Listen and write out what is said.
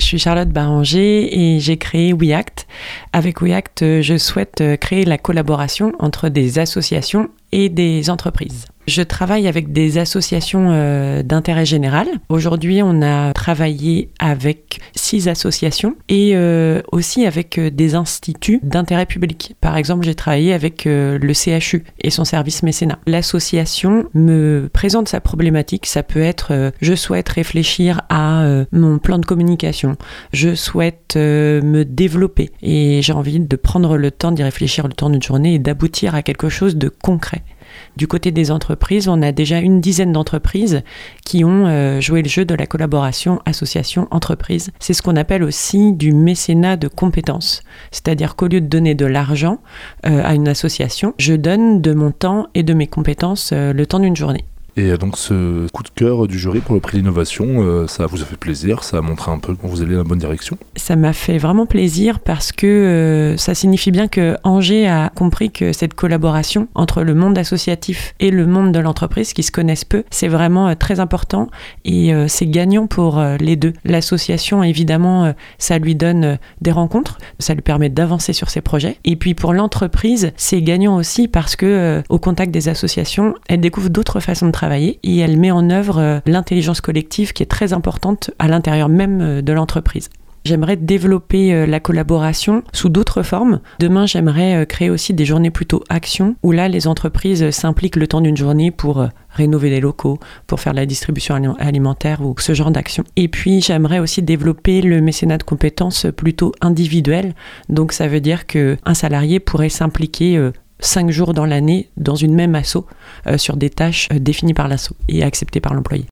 Je suis Charlotte Baranger et j'ai créé WeAct. Avec WeAct, je souhaite créer la collaboration entre des associations et des entreprises. Je travaille avec des associations d'intérêt général. Aujourd'hui, on a travaillé avec 6 associations et aussi avec des instituts d'intérêt public. Par exemple, j'ai travaillé avec le CHU et son service mécénat. L'association me présente sa problématique. Ça peut être je souhaite réfléchir à mon plan de communication. Je souhaite me développer et j'ai envie de prendre le temps d'y réfléchir le temps d'une journée et d'aboutir à quelque chose de concret. Du côté des entreprises, on a déjà une dizaine d'entreprises qui ont joué le jeu de la collaboration association-entreprise. C'est ce qu'on appelle aussi du mécénat de compétences. C'est-à-dire qu'au lieu de donner de l'argent à une association, je donne de mon temps et de mes compétences le temps d'une journée. Et donc ce coup de cœur du jury pour le prix d'innovation, ça vous a fait plaisir, ça a montré un peu que vous allez dans la bonne direction? Ça m'a fait vraiment plaisir parce que ça signifie bien que Angers a compris que cette collaboration entre le monde associatif et le monde de l'entreprise qui se connaissent peu, c'est vraiment très important et c'est gagnant pour les deux. L'association, évidemment, ça lui donne des rencontres, ça lui permet d'avancer sur ses projets. Et puis pour l'entreprise, c'est gagnant aussi parce que au contact des associations, elle découvre d'autres façons de travailler et elle met en œuvre l'intelligence collective qui est très importante à l'intérieur même de l'entreprise. J'aimerais développer la collaboration sous d'autres formes. Demain, j'aimerais créer aussi des journées plutôt action, où là, les entreprises s'impliquent le temps d'une journée pour rénover les locaux, pour faire de la distribution alimentaire ou ce genre d'action. Et puis, j'aimerais aussi développer le mécénat de compétences plutôt individuel. Donc, ça veut dire qu'un salarié pourrait s'impliquer 5 jours dans l'année dans une même asso sur des tâches définies par l'asso et acceptées par l'employé.